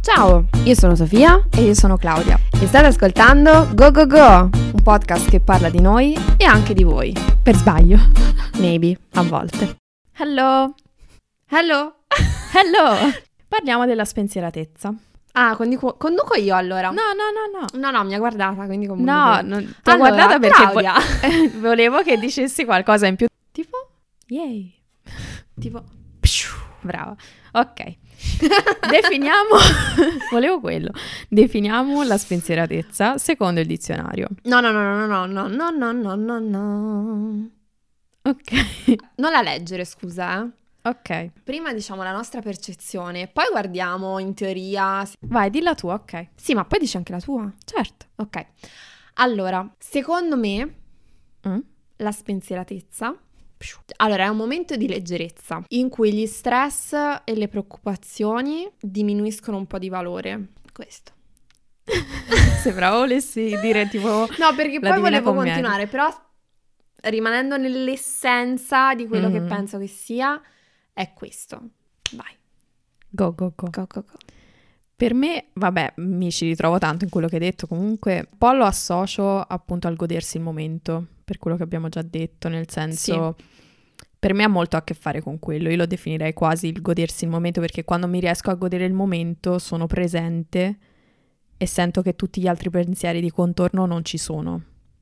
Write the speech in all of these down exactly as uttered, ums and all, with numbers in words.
Ciao, io sono Sofia e io sono Claudia e state ascoltando Go Go Go, un podcast che parla di noi e anche di voi. Per sbaglio. Maybe, a volte. Hello. Hello. Hello. Parliamo della spensieratezza. Ah, conduco, conduco io allora. No, no, no, no. No, no, mi ha guardata, quindi comunque... No, non, ti ho allora, guardata perché Claudia. vo- volevo che dicessi qualcosa in più. Tipo? Yay. Tipo... Brava. Ok. Definiamo... volevo quello. Definiamo la spensieratezza secondo il dizionario. No, no, no, no, no, no, no, no, no, no, no. Ok. Non la leggere, scusa, eh. Ok. Prima diciamo la nostra percezione, poi guardiamo in teoria... Vai, di la tua, ok. Sì, ma poi dici anche la tua. Certo. Ok. Allora, secondo me, Mm? la spensieratezza... Allora, è un momento di leggerezza in cui gli stress e le preoccupazioni diminuiscono un po' di valore. Questo. Sembrava volessi dire tipo... No, perché la poi Divina volevo Commedia. continuare, però rimanendo nell'essenza di quello Mm. che penso che sia, è questo. Vai. Go, go, go. Go, go, go. Per me, vabbè, mi ci ritrovo tanto in quello che hai detto, comunque un po' lo associo appunto al godersi il momento, per quello che abbiamo già detto, nel senso, per me ha molto a che fare con quello, io lo definirei quasi il godersi il momento, perché quando mi riesco a godere il momento sono presente e sento che tutti gli altri pensieri di contorno non ci sono,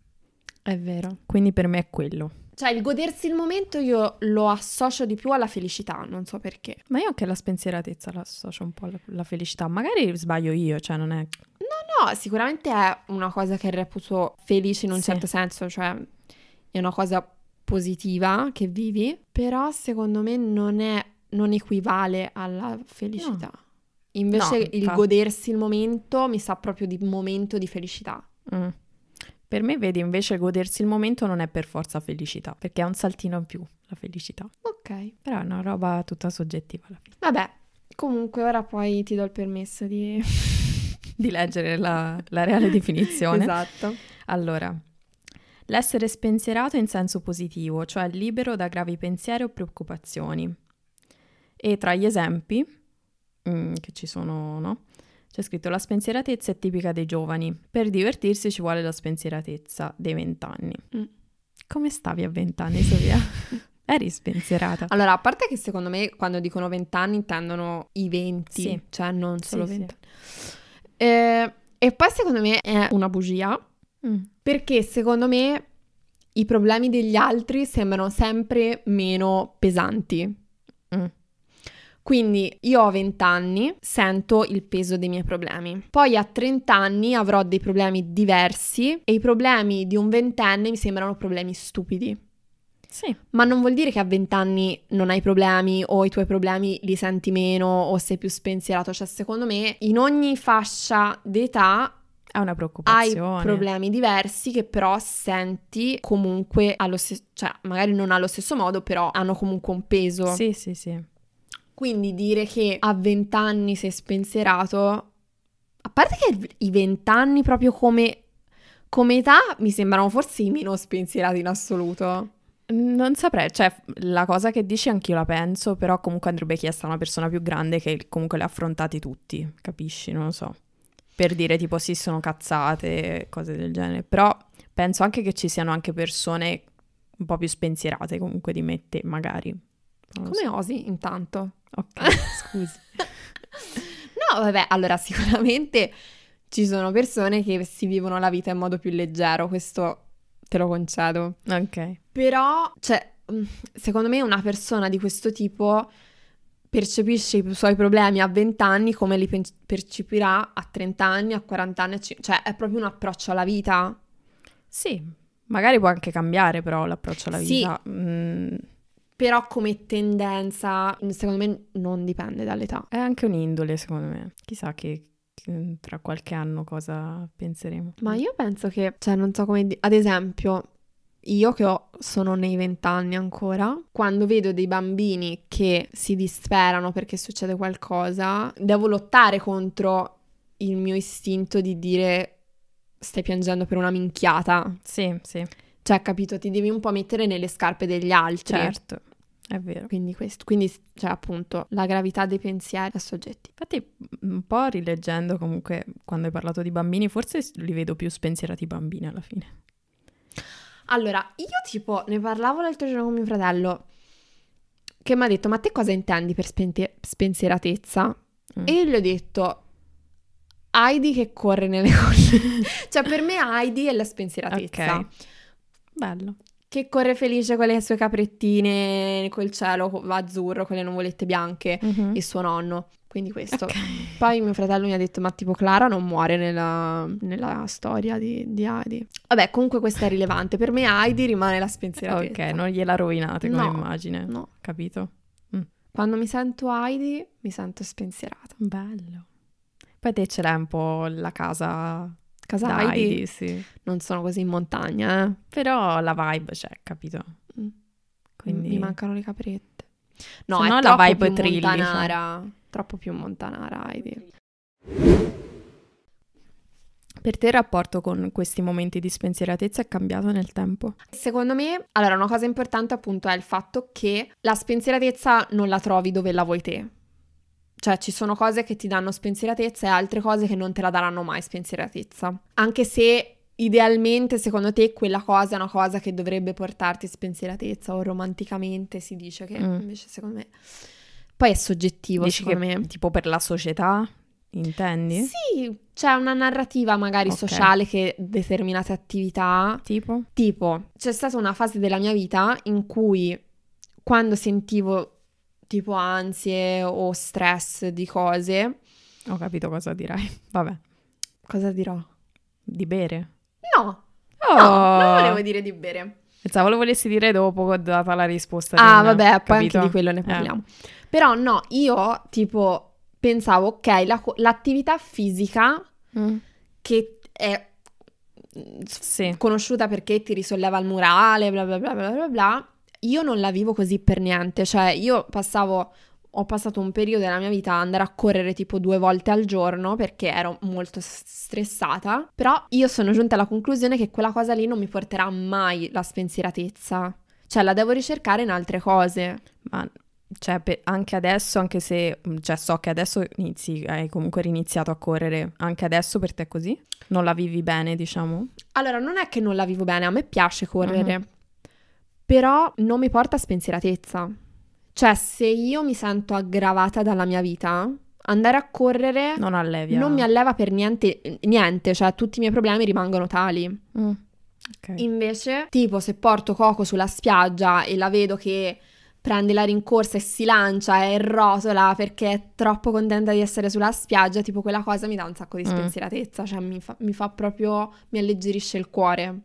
È vero. quindi per me è quello. Cioè, il godersi il momento io lo associo di più alla felicità, non so perché. Ma io anche la spensieratezza la associo un po' alla, alla felicità, magari sbaglio io, cioè non è... No, no, sicuramente è una cosa che reputo felice in un Sì. certo senso, cioè è una cosa positiva che vivi, però secondo me non è, non equivale alla felicità. Invece No, il infatti. godersi il momento mi sa proprio di momento di felicità. Mm. Per me, vedi, invece godersi il momento non è per forza felicità, perché è un saltino in più la felicità. Ok. Però è una roba tutta soggettiva alla fine. Vabbè, comunque ora poi ti do il permesso di... Di leggere la, la reale definizione. Esatto. Allora, l'essere spensierato in senso positivo, cioè libero da gravi pensieri o preoccupazioni. E tra gli esempi, mm, che ci sono, no? C'è scritto: la spensieratezza è tipica dei giovani. Per divertirsi ci vuole la spensieratezza dei vent'anni. Mm. Come stavi a vent'anni, Sofia? Eri spensierata? Allora, a parte che secondo me quando dicono vent'anni intendono i venti, Sì. cioè non solo Sì, venti. Eh, e poi secondo me è una bugia, Mm. perché secondo me i problemi degli altri sembrano sempre meno pesanti. Mm. Quindi io ho vent'anni, sento il peso dei miei problemi. Poi a trenta anni avrò dei problemi diversi e i problemi di un ventenne mi sembrano problemi stupidi. Sì. Ma non vuol dire che a vent'anni non hai problemi o i tuoi problemi li senti meno o sei più spensierato. Cioè, secondo me, in ogni fascia d'età È una hai preoccupazione. problemi diversi che però senti comunque allo stesso... Cioè, magari non allo stesso modo, però hanno comunque un peso. Sì, sì, sì. Quindi dire che a vent'anni sei spensierato... A parte che i vent'anni proprio come, come età mi sembrano forse i meno spensierati in assoluto. Non saprei, cioè la cosa che dici anch'io la penso, però comunque andrebbe chiesta a una persona più grande che comunque li ha affrontati tutti, capisci? Non lo so. Per dire tipo sì, sono cazzate, cose del genere. Però penso anche che ci siano anche persone un po' più spensierate comunque di me e te, magari. Non lo Come so. osi, intanto? Ok, scusi. No, vabbè, allora sicuramente ci sono persone che si vivono la vita in modo più leggero, questo te lo concedo. Ok. Però, cioè, mh, secondo me una persona di questo tipo percepisce i suoi problemi a venti anni come li pen- percepirà a trenta anni, a quaranta anni, a cin- cioè è proprio un approccio alla vita. Sì, magari può anche cambiare però l'approccio alla Sì. vita. Mm, Però come tendenza, secondo me non dipende dall'età. è anche un'indole, secondo me. Chissà che, che tra qualche anno cosa penseremo. Ma io penso che, cioè non so come, di- ad esempio, io che ho, sono nei vent'anni ancora, quando vedo dei bambini che si disperano perché succede qualcosa, devo lottare contro il mio istinto di dire stai piangendo per una minchiata. Sì, sì, Cioè, capito, ti devi un po' mettere nelle scarpe degli altri. certo. È vero. Quindi questo, quindi cioè appunto la gravità dei pensieri è soggettiva. Infatti un po' rileggendo comunque quando hai parlato di bambini, forse li vedo più spensierati bambini alla fine. Allora, io tipo ne parlavo l'altro giorno con mio fratello che mi ha detto: ma te cosa intendi per spente- spensieratezza? Mm. E io gli ho detto: Heidi che corre nelle cose. Cioè per me Heidi è la spensieratezza. Ok, bello. Che corre felice con le sue caprettine, col cielo azzurro, con le nuvolette bianche, Mm-hmm. e suo nonno. Quindi questo. Okay. Poi mio fratello mi ha detto: ma tipo Clara non muore nella, nella storia di, di Heidi. Vabbè, comunque questa è rilevante. Per me Heidi rimane la spensieratezza. Ok, non gliela rovinate come No, immagine. no. Capito? Mm. Quando mi sento Heidi mi sento spensierata. Bello. Poi te ce l'hai un po' la casa Casa da Heidi, Heidi, sì. non sono così in montagna, eh. Però la vibe c'è, capito? Mm. Quindi... Mi mancano le caprette. No, Se è no la troppo vibe più trilli, cioè. montanara. Troppo più montanara, Heidi. Per te il rapporto con questi momenti di spensieratezza è cambiato nel tempo? Secondo me, allora, una cosa importante appunto è il fatto che la spensieratezza non la trovi dove la vuoi te. Cioè, ci sono cose che ti danno spensieratezza e altre cose che non te la daranno mai spensieratezza. Anche se idealmente, secondo te, quella cosa è una cosa che dovrebbe portarti spensieratezza, o romanticamente si dice che Mm. invece secondo me... Poi è soggettivo, Dici secondo che me. tipo per la società, intendi? Sì, c'è una narrativa magari Ok. sociale che determinate attività... Tipo? Tipo, c'è stata una fase della mia vita in cui quando sentivo tipo ansie o stress di cose, Ho capito cosa dirai. Vabbè. cosa dirò? Di bere? No, Oh! no, non volevo dire di bere. Pensavo lo volessi dire dopo, data la risposta. Ah, di- vabbè, poi capito? anche di quello ne Eh. parliamo. Però no, io tipo pensavo, ok, la co- l'attività fisica Mm. che è Sì. conosciuta perché ti risolleva il morale, bla bla bla bla bla bla, io non la vivo così per niente. Cioè, io passavo, ho passato un periodo della mia vita a andare a correre tipo due volte al giorno perché ero molto s- stressata, però io sono giunta alla conclusione che quella cosa lì non mi porterà mai la spensieratezza. Cioè, la devo ricercare in altre cose. Ma cioè, pe- anche adesso, anche se cioè, so che adesso inizi, hai comunque riniziato a correre, anche adesso per te è così? Non la vivi bene, diciamo? Allora, non è che non la vivo bene, a me piace correre, uh-huh. Però non mi porta spensieratezza. Cioè, se io mi sento aggravata dalla mia vita, andare a correre non allevia. Non mi alleva per niente, niente, cioè tutti i miei problemi rimangono tali. Mm. Okay. Invece, tipo, se porto Coco sulla spiaggia e la vedo che prende la rincorsa e si lancia e rotola perché è troppo contenta di essere sulla spiaggia, tipo quella cosa mi dà un sacco di spensieratezza, mm. cioè mi fa, mi fa proprio, mi alleggerisce il cuore.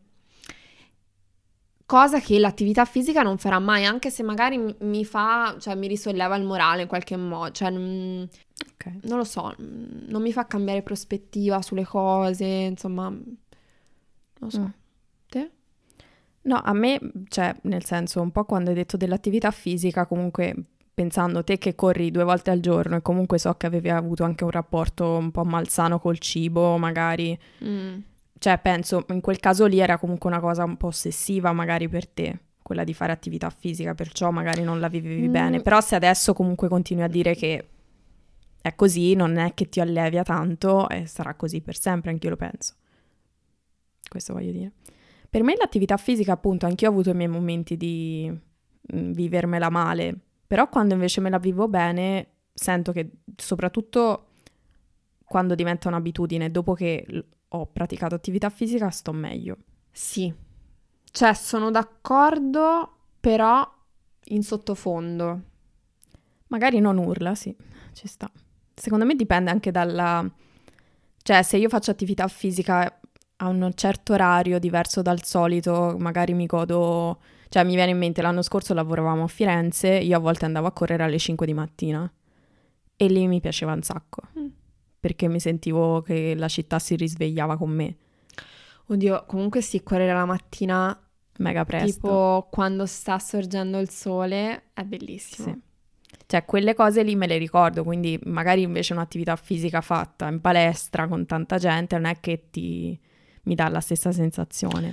Cosa che l'attività fisica non farà mai, anche se magari mi, mi fa, cioè mi risolleva il morale in qualche modo, cioè non, okay. non lo so, non mi fa cambiare prospettiva sulle cose, insomma, non lo so. Mm. Te? No, a me, cioè, nel senso, un po' quando hai detto dell'attività fisica, comunque pensando te che corri due volte al giorno e comunque so che avevi avuto anche un rapporto un po' malsano col cibo, magari, mm. cioè penso, in quel caso lì era comunque una cosa un po' ossessiva magari per te, quella di fare attività fisica, perciò magari non la vivevi mm. bene, però se adesso comunque continui a dire che è così, non è che ti allevia tanto e sarà così per sempre, anch'io lo penso. Questo voglio dire. Per me l'attività fisica, appunto, anch'io ho avuto i miei momenti di mh, vivermela male, però quando invece me la vivo bene, sento che soprattutto quando diventa un'abitudine, dopo che l- ho praticato attività fisica, sto meglio. Sì, cioè sono d'accordo, però in sottofondo. Magari non urla, sì, ci sta. Secondo me dipende anche dalla... Cioè, se io faccio attività fisica a un certo orario diverso dal solito, magari mi godo, cioè mi viene in mente l'anno scorso lavoravamo a Firenze, io a volte andavo a correre alle cinque di mattina e lì mi piaceva un sacco, mm. perché mi sentivo che la città si risvegliava con me. Oddio, comunque sì, correre la mattina mega presto. Tipo quando sta sorgendo il sole è bellissimo. Sì. Cioè quelle cose lì me le ricordo, quindi magari invece un'attività fisica fatta in palestra con tanta gente non è che ti... mi dà la stessa sensazione. Ma io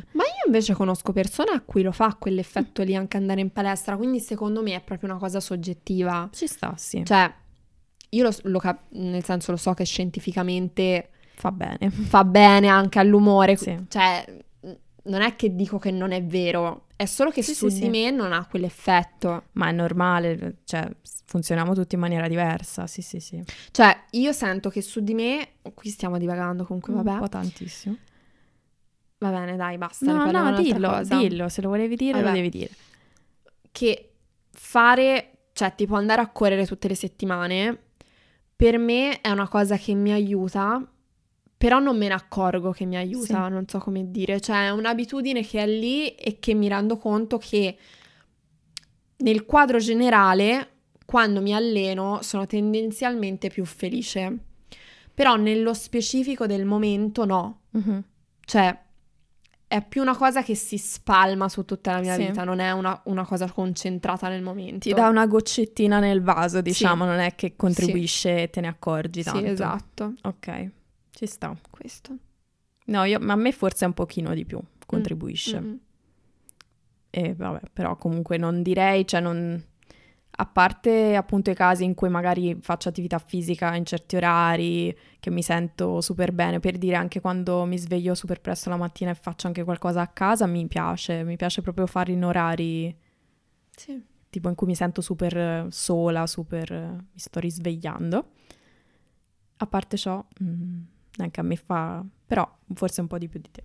invece conosco persone a cui lo fa quell'effetto lì anche andare in palestra, quindi secondo me è proprio una cosa soggettiva. Ci sta, sì. Cioè, io lo, lo cap- nel senso lo so che scientificamente Fa bene. fa bene anche all'umore, Sì. cioè non è che dico che non è vero, è solo che Sì, su sì, di sì. me non ha quell'effetto. Ma è normale, cioè funzioniamo tutti in maniera diversa, sì sì sì. Cioè, io sento che su di me, qui stiamo divagando comunque, Un vabbè. po' tantissimo. Va bene, dai, basta, ne No, parliamo no, un'altra dillo, cosa. dillo, se lo volevi dire Vabbè. lo devi dire. Che fare, cioè tipo andare a correre tutte le settimane, per me è una cosa che mi aiuta, però non me ne accorgo che mi aiuta, Sì. non so come dire. Cioè è un'abitudine che è lì e che mi rendo conto che nel quadro generale, quando mi alleno, sono tendenzialmente più felice. Però nello specifico del momento no. Mhm. Cioè è più una cosa che si spalma su tutta la mia Sì. vita, non è una, una cosa concentrata nel momento. Ti dà una goccettina nel vaso, diciamo, Sì. non è che contribuisce e te ne accorgi tanto. Sì, esatto. Ok, ci sta. Questo. No, io, ma a me forse un pochino di più contribuisce. Mm-mm. E vabbè, però comunque non direi, cioè non... A parte appunto i casi in cui magari faccio attività fisica in certi orari, che mi sento super bene, per dire anche quando mi sveglio super presto la mattina e faccio anche qualcosa a casa, mi piace, mi piace proprio fare in orari Sì. tipo in cui mi sento super sola, super... mi sto risvegliando. A parte ciò, mm, neanche a me fa... però forse un po' di più di te.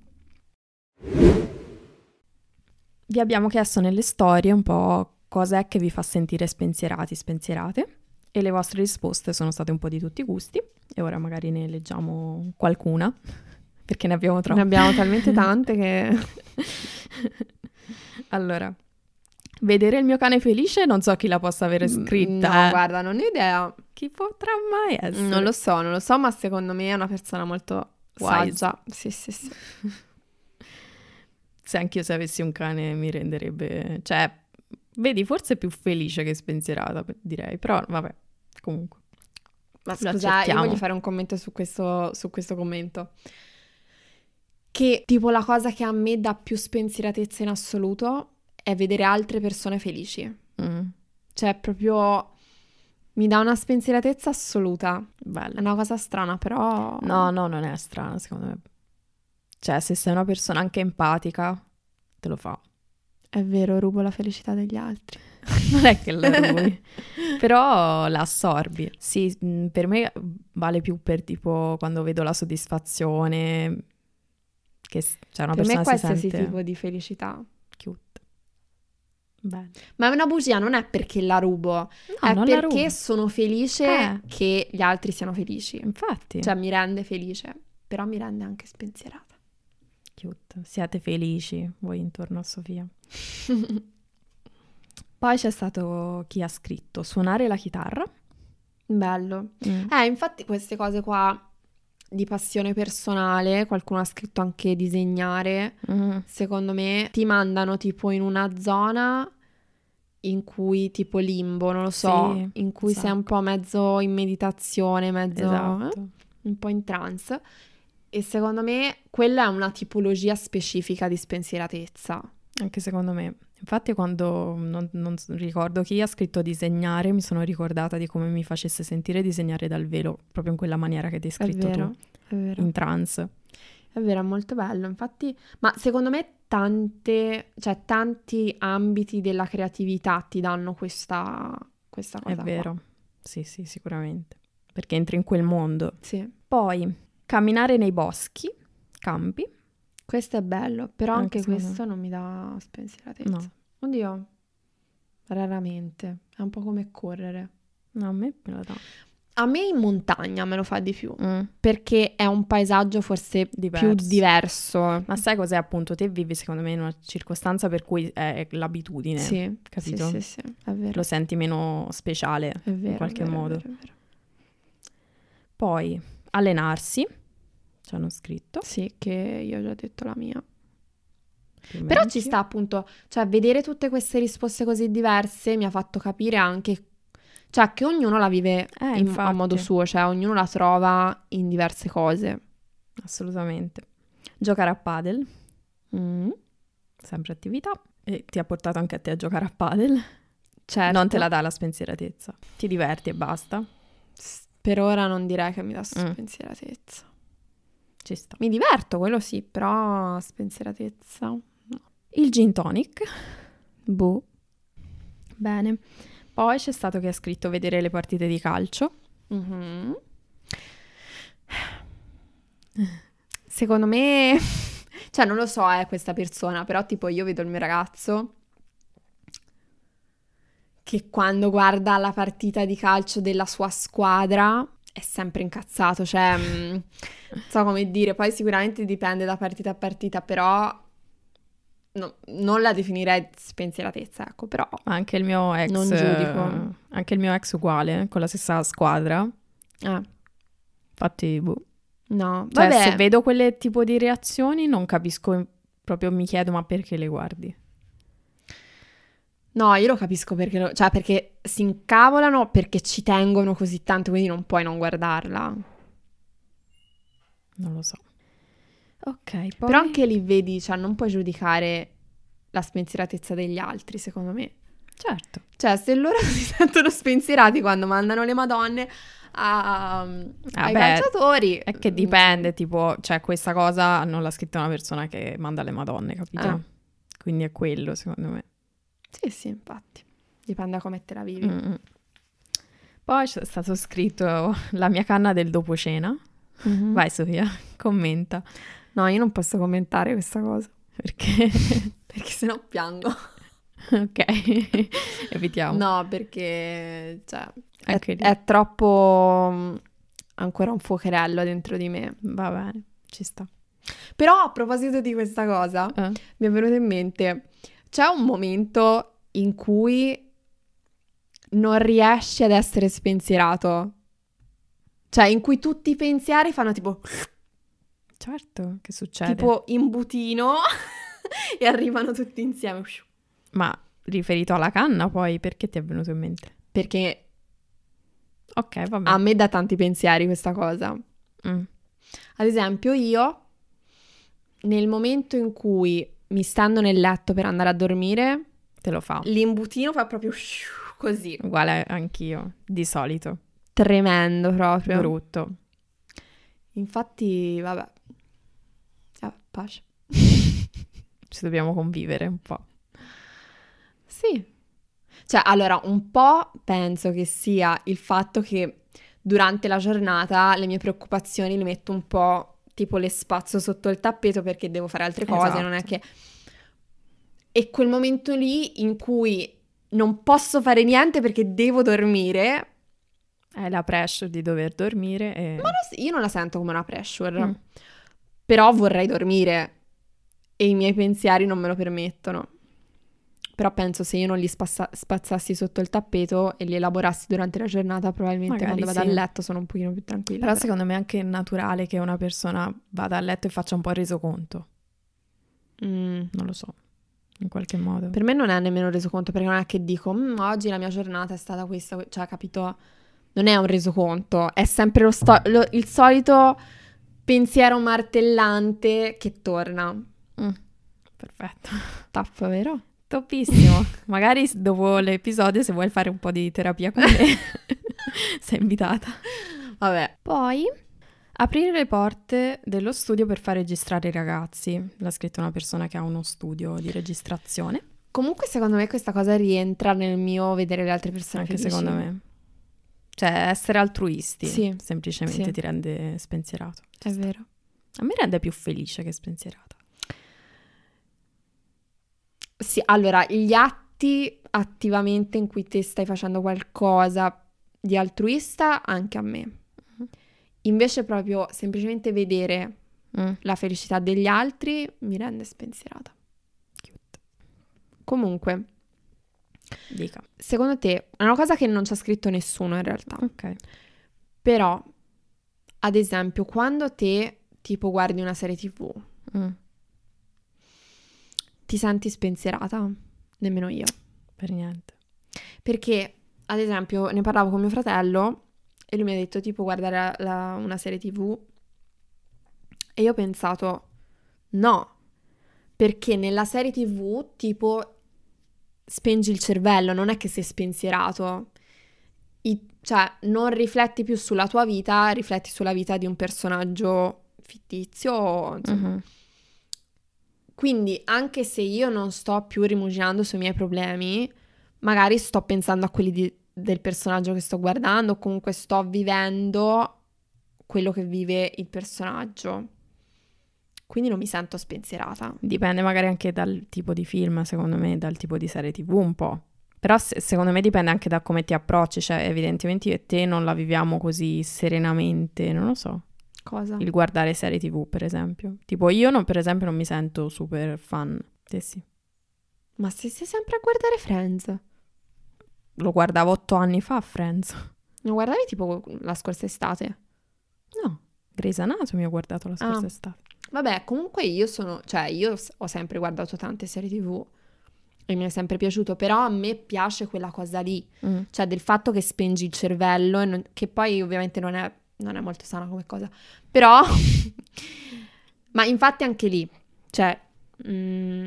Vi abbiamo chiesto nelle storie un po' cosa è che vi fa sentire spensierati, spensierate, e le vostre risposte sono state un po' di tutti i gusti, e ora magari ne leggiamo qualcuna, perché ne abbiamo troppe. Ne abbiamo talmente tante che... Allora, vedere il mio cane felice non so chi la possa avere scritta. No, eh. guarda, non ho idea. Chi potrà mai essere? Non lo so, non lo so, ma secondo me è una persona molto Wise. saggia. Sì, sì, sì. Se anch'io se avessi un cane mi renderebbe... Cioè, vedi, forse più felice che spensierata, direi. Però, vabbè, comunque. Ma Lo scusa, io accettiamo. voglio fare un commento su questo, su questo commento. Che tipo la cosa che a me dà più spensieratezza in assoluto è vedere altre persone felici. Mm, Cioè, proprio mi dà una spensieratezza assoluta. È bello. una cosa strana, però... No, no, non è strano, secondo me. Cioè, se sei una persona anche empatica, te lo fa. È vero, rubo la felicità degli altri. Non è che la rubi, però la assorbi. Sì, mh, per me vale più per tipo quando vedo la soddisfazione, che s- cioè una Per me persona si qualsiasi sente tipo di felicità. cute. Bello. Ma è una bugia, non è perché la rubo, No, è non la perché rubo. sono felice Eh. che gli altri siano felici. Infatti, Cioè mi rende felice, però mi rende anche spensierata. cute. Siate felici voi intorno a Sofia. Poi c'è stato chi ha scritto suonare la chitarra. Bello. Mm. Eh, infatti queste cose qua di passione personale, qualcuno ha scritto anche disegnare, Mm. secondo me ti mandano tipo in una zona in cui tipo limbo, non lo so, Sì, in cui sei un esatto. po' mezzo in meditazione, mezzo Esatto. eh, un po' in trance. E secondo me quella è una tipologia specifica di spensieratezza. Anche secondo me. Infatti quando non, non s- ricordo chi ha scritto disegnare, mi sono ricordata di come mi facesse sentire disegnare dal velo, proprio in quella maniera che ti hai È scritto vero, tu, è vero. in trance. È vero, è molto bello. Infatti, ma secondo me tante, cioè tanti ambiti della creatività ti danno questa, questa È cosa qua. vero. Sì, sì, sicuramente. Perché entri in quel mondo. Sì, Poi, camminare nei boschi, campi. questo è bello, però Anche anche secondo questo non mi dà spensieratezza. No, Oddio, raramente. È un po' come correre. no, a me me la dà. A me in montagna me lo fa di più, Mm, perché è un paesaggio forse Diverso. più diverso. Ma sai cos'è appunto? Te vivi secondo me in una circostanza per cui è l'abitudine, Sì, capito? sì, sì, sì, è vero. Lo senti meno speciale È vero, in qualche è vero, modo. È vero, è vero. Poi allenarsi, ci hanno scritto. Sì, che io ho già detto la mia. più o meno Però anch'io. ci sta appunto, cioè vedere tutte queste risposte così diverse mi ha fatto capire anche, cioè che ognuno la vive Eh, in- a infatti. modo suo, cioè ognuno la trova in diverse cose. Assolutamente. Giocare a padel. Mm. Sempre attività. E ti ha portato anche a te a giocare a padel. Certo. Non te la dà la spensieratezza. Ti diverti e basta. Per ora non direi che mi dà Mm. spensieratezza. Ci sta. Mi diverto, quello sì, però spensieratezza no. Il gin tonic. Boh. Bene. Poi c'è stato che ha scritto vedere le partite di calcio. Mm-hmm. Secondo me, cioè non lo so, è eh, questa persona, però tipo io vedo il mio ragazzo che quando guarda la partita di calcio della sua squadra è sempre incazzato, cioè mh, non so come dire, poi sicuramente dipende da partita a partita, però no, non la definirei spensieratezza, ecco, però Ma anche il mio ex non giudico. eh, anche il mio ex uguale, con la stessa squadra. Eh, Infatti, boh. no, Cioè, vabbè. se vedo quelle tipo di reazioni non capisco, proprio mi chiedo ma perché le guardi? No, io lo capisco perché, lo- cioè perché si incavolano perché ci tengono così tanto, quindi non puoi non guardarla. Non lo so. Ok, poi... Però anche lì vedi, cioè non puoi giudicare la spensieratezza degli altri, secondo me. Certo. Cioè, se loro si sentono spensierati quando mandano le madonne a- ai beh, calciatori... È che dipende, tipo, cioè questa cosa non l'ha scritta una persona che manda le madonne, capito? Ah. Quindi è quello, secondo me. Sì, sì, infatti. Dipende da come te la vivi. Mm-mm. Poi c'è stato scritto la mia canna del dopo cena. Mhm. Vai Sofia, commenta. No, io non posso commentare questa cosa. Perché? Perché sennò piango. Ok, evitiamo. No, perché cioè, è, Anche lì. è troppo mm, ancora un fuocherello dentro di me. Va bene, ci sta. Però a proposito di questa cosa, Eh. mi è venuto in mente, c'è un momento in cui non riesci ad essere spensierato. Cioè, in cui tutti i pensieri fanno tipo, Certo, che succede? tipo imbutino e arrivano tutti insieme. Ma riferito alla canna poi, perché ti è venuto in mente? Perché Ok, vabbè. a me dà tanti pensieri questa cosa. Mm. Ad esempio, io nel momento in cui mi stando nel letto per andare a dormire, Te lo fa. l'imbutino fa proprio così. Uguale anch'io, di solito. Tremendo proprio. Brutto. Infatti, vabbè. Vabbè, pace. Ci dobbiamo convivere un po'. Sì. Cioè, allora, un po' penso che sia il fatto che durante la giornata le mie preoccupazioni le metto un po', tipo le spazzo sotto il tappeto perché devo fare altre cose, Esatto. non è che... E quel momento lì in cui non posso fare niente perché devo dormire... È la pressure di dover dormire e... Ma lo- io non la sento come una pressure. Mm. Però vorrei dormire e i miei pensieri non me lo permettono. Però penso se io non li spassa- spazzassi sotto il tappeto e li elaborassi durante la giornata, probabilmente Magari quando vado sì. a letto sono un pochino più tranquilla. Però però. secondo me è anche naturale che una persona vada a letto e faccia un po' il resoconto. Mm. Non lo so, in qualche modo. Per me non è nemmeno reso conto, perché non è che dico "Mm, oggi la mia giornata è stata questa, que-". Cioè, capito? Non è un resoconto, è sempre lo sto- lo- il solito pensiero martellante che torna. Mm. Perfetto. Tough, vero? Toppissimo. Magari s- dopo l'episodio, se vuoi fare un po' di terapia con me, sei invitata. Vabbè. Poi, aprire le porte dello studio per far registrare i ragazzi. L'ha scritto una persona che ha uno studio di registrazione. Comunque secondo me questa cosa rientra nel mio vedere le altre persone Anche felici. secondo me. Cioè, essere altruisti, Sì, semplicemente sì. ti rende spensierato. È vero. A me rende più felice che spensierata. Sì, allora, gli atti attivamente in cui te stai facendo qualcosa di altruista, anche a me. Invece proprio semplicemente vedere Mm. la felicità degli altri mi rende spensierata. Cute. Comunque, Dica. secondo te, è una cosa che non c'ha scritto nessuno in realtà, Ok. però, ad esempio, quando te tipo guardi una serie tivù, Mm. ti senti spensierata? Nemmeno io. Per niente. Perché, ad esempio, ne parlavo con mio fratello e lui mi ha detto tipo guardare la- la- una serie tivù e io ho pensato no, perché nella serie tivù tipo spengi il cervello, non è che sei spensierato. I, cioè, non rifletti più sulla tua vita, rifletti sulla vita di un personaggio fittizio, insomma. Mhm. Quindi, anche se io non sto più rimuginando sui miei problemi, magari sto pensando a quelli di- del personaggio che sto guardando, o comunque sto vivendo quello che vive il personaggio. Quindi non mi sento spensierata. Dipende magari anche dal tipo di film, secondo me, dal tipo di serie tivù un po'. Però se- secondo me dipende anche da come ti approcci, cioè evidentemente io e te non la viviamo così serenamente, non lo so, Cosa? il guardare serie tivù per esempio. Tipo io non, per esempio non mi sento super fan, te sì. Ma se sei sempre a guardare Friends? Lo guardavo otto anni fa, Friends. Non guardavi tipo la scorsa estate? No, Grey's Anatomy ho guardato la scorsa Ah. estate. Vabbè, comunque io sono, cioè io s- ho sempre guardato tante serie tivù e mi è sempre piaciuto, però a me piace quella cosa lì, Mm. cioè del fatto che spengi il cervello, e non- che poi ovviamente non è, non è molto sana come cosa, però, ma infatti anche lì, cioè, mm,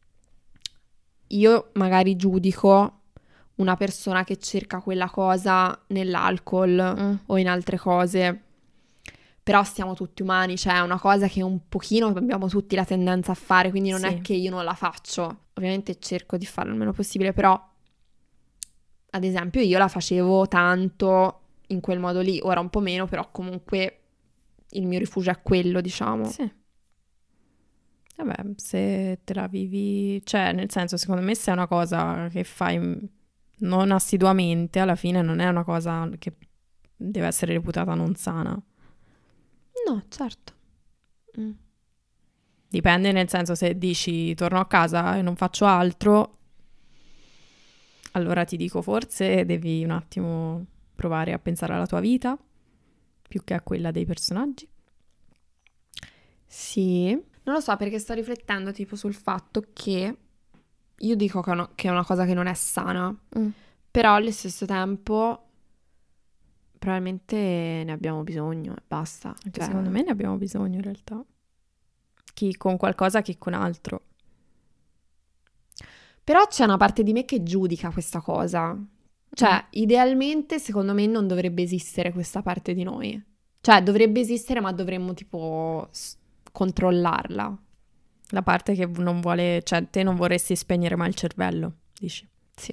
io magari giudico una persona che cerca quella cosa nell'alcol Mm. o in altre cose. Però siamo tutti umani, cioè è una cosa che un pochino abbiamo tutti la tendenza a fare, quindi non Sì. è che io non la faccio. Ovviamente cerco di farlo il meno possibile, però ad esempio io la facevo tanto in quel modo lì, ora un po' meno, però comunque il mio rifugio è quello, diciamo. Sì. Vabbè, se te la vivi, cioè nel senso secondo me se è una cosa che fai non assiduamente, alla fine non è una cosa che deve essere reputata non sana. No, certo. Mm. Dipende, nel senso se dici torno a casa e non faccio altro, allora ti dico forse devi un attimo provare a pensare alla tua vita più che a quella dei personaggi. Sì, non lo so perché sto riflettendo tipo sul fatto che io dico che è una, che è una cosa che non è sana, però allo stesso tempo probabilmente ne abbiamo bisogno e basta. Anche Cioè, secondo me ne abbiamo bisogno in realtà. Chi con qualcosa, chi con altro. però c'è una parte di me che giudica questa cosa. Cioè, Mm. idealmente secondo me non dovrebbe esistere questa parte di noi. Cioè, dovrebbe esistere, ma dovremmo tipo s- controllarla. La parte che non vuole, cioè te non vorresti spegnere mai il cervello, dici. Sì.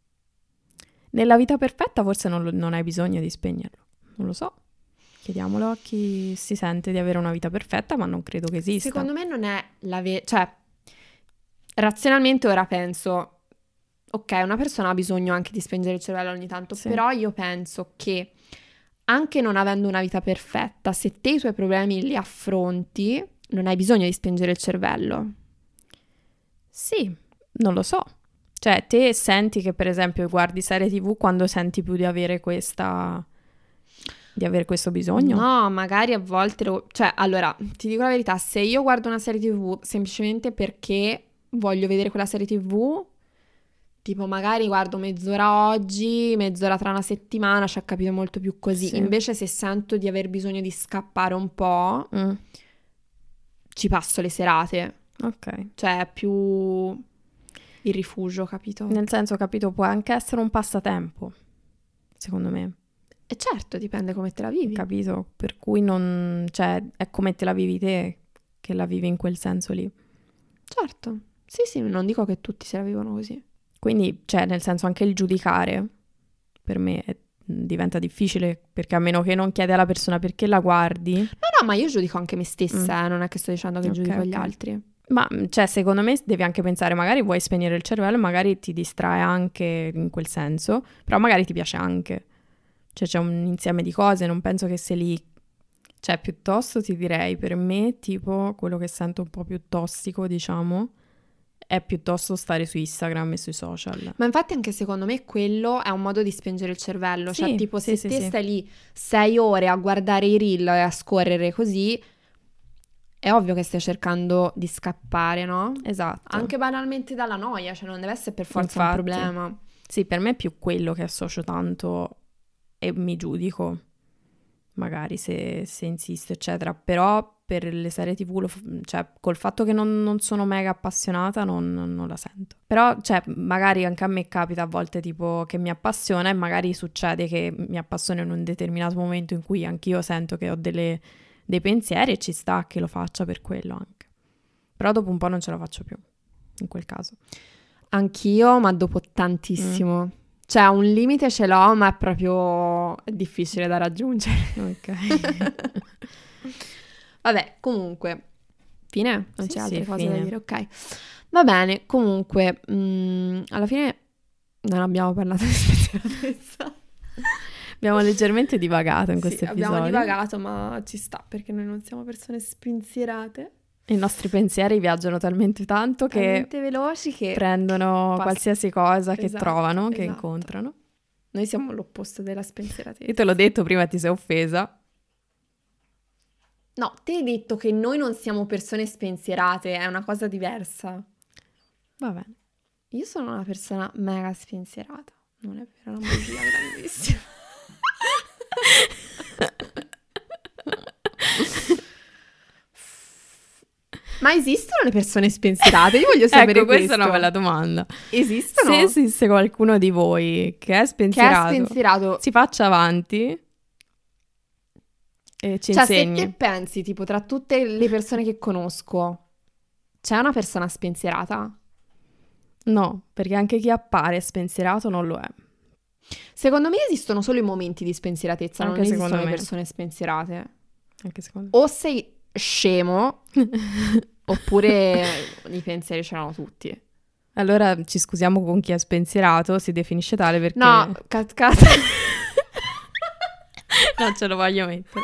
Nella vita perfetta forse non, lo- non hai bisogno di spegnerlo, non lo so. Chiediamolo a chi si sente di avere una vita perfetta, ma non credo che esista. Secondo me non è la vera... Cioè, razionalmente ora penso, ok, una persona ha bisogno anche di spengere il cervello ogni tanto, Sì. però io penso che anche non avendo una vita perfetta, se te i tuoi problemi li affronti, non hai bisogno di spengere il cervello. Sì, non lo so. Cioè, te senti che per esempio guardi serie tivù quando senti più di avere questa... di avere questo bisogno? No, magari a volte lo... Cioè, allora, ti dico la verità, se io guardo una serie tivù semplicemente perché voglio vedere quella serie tivù, tipo magari guardo mezz'ora oggi, mezz'ora tra una settimana, ci ha capito molto più così. Sì. Invece se sento di aver bisogno di scappare un po', Mm, ci passo le serate. ok. Cioè, è più il rifugio, capito? Nel senso, capito, può anche essere un passatempo, secondo me. E certo, dipende come te la vivi. Capito? Per cui non... cioè, è come te la vivi te, che la vivi in quel senso lì. Certo. Sì, sì, non dico che tutti se la vivono così. Quindi, cioè, nel senso, anche il giudicare, per me, è- diventa difficile, perché a meno che non chiedi alla persona perché la guardi... No, no, ma io giudico anche me stessa, eh, non è che sto dicendo che Ok, giudico gli ok. altri. Ma, cioè, secondo me devi anche pensare, magari vuoi spegnere il cervello, magari ti distrae anche in quel senso, però magari ti piace anche. Cioè, c'è un insieme di cose, non penso che sia lì... Cioè, piuttosto ti direi, per me, tipo, quello che sento un po' più tossico, diciamo, è piuttosto stare su Instagram e sui social. Ma infatti anche secondo me quello è un modo di spengere il cervello. Sì, Cioè, tipo, sì, se sì, te sì. stai lì sei ore a guardare i reel e a scorrere così, è ovvio che stai cercando di scappare, no? Esatto. Anche banalmente dalla noia, cioè non deve essere per forza Infatti. un problema. Sì, per me è più quello che associo tanto e mi giudico, magari se, se insisto, eccetera. Però per le serie tv, lo, cioè col fatto che non, non sono mega appassionata non, non la sento. Però cioè magari anche a me capita a volte tipo che mi appassiona e magari succede che mi appassiona in un determinato momento in cui anch'io sento che ho delle, dei pensieri e ci sta che lo faccia per quello anche. Però dopo un po' non ce la faccio più, in quel caso. Anch'io, ma dopo tantissimo. Mm. Cioè un limite ce l'ho, ma è proprio difficile da raggiungere. Ok. Vabbè, comunque, fine? Non sì, c'è altre sì, cose fine. da dire, ok. Va bene, comunque, mh, alla fine non abbiamo parlato di spensieratezza. Abbiamo leggermente divagato in sì, questo episodio. Abbiamo divagato, ma ci sta, perché noi non siamo persone spensierate. I nostri pensieri viaggiano talmente tanto che... Talmente veloci che... prendono passa. Qualsiasi cosa che esatto, trovano, che esatto. incontrano. Noi siamo l'opposto della spensieratezza. Io te l'ho detto prima, ti sei offesa. No, ti hai detto che noi non siamo persone spensierate, è una cosa diversa. Va bene. Io sono una persona mega spensierata. Non è vero, una bugia grandissima. Ma esistono le persone spensierate? Io voglio sapere ecco, questa questo. è una bella domanda. Esistono? Se esiste qualcuno di voi che è spensierato, che è spensierato, si faccia avanti e ci cioè, insegni. se te pensi, tipo, tra tutte le persone che conosco, c'è una persona spensierata? No, perché anche chi appare spensierato non lo è. Secondo me esistono solo i momenti di spensieratezza, Anche non secondo esistono le me. persone spensierate. Anche secondo me. O sei scemo, oppure i pensieri ce l'hanno tutti. Allora ci scusiamo con chi è spensierato, si definisce tale perché... No, cat cat. non ce lo voglio mettere.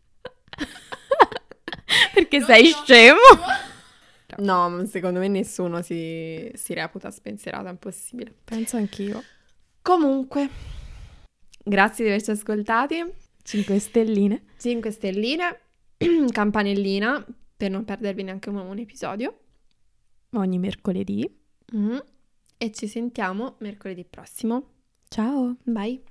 perché non sei no. scemo? No, secondo me nessuno si, si reputa spensierato, è impossibile. Penso anch'io. Comunque, grazie di averci ascoltati. cinque stelline. cinque stelline, campanellina, per non perdervi neanche un, un episodio. Ogni mercoledì. Mm. E ci sentiamo mercoledì prossimo. Ciao. Bye.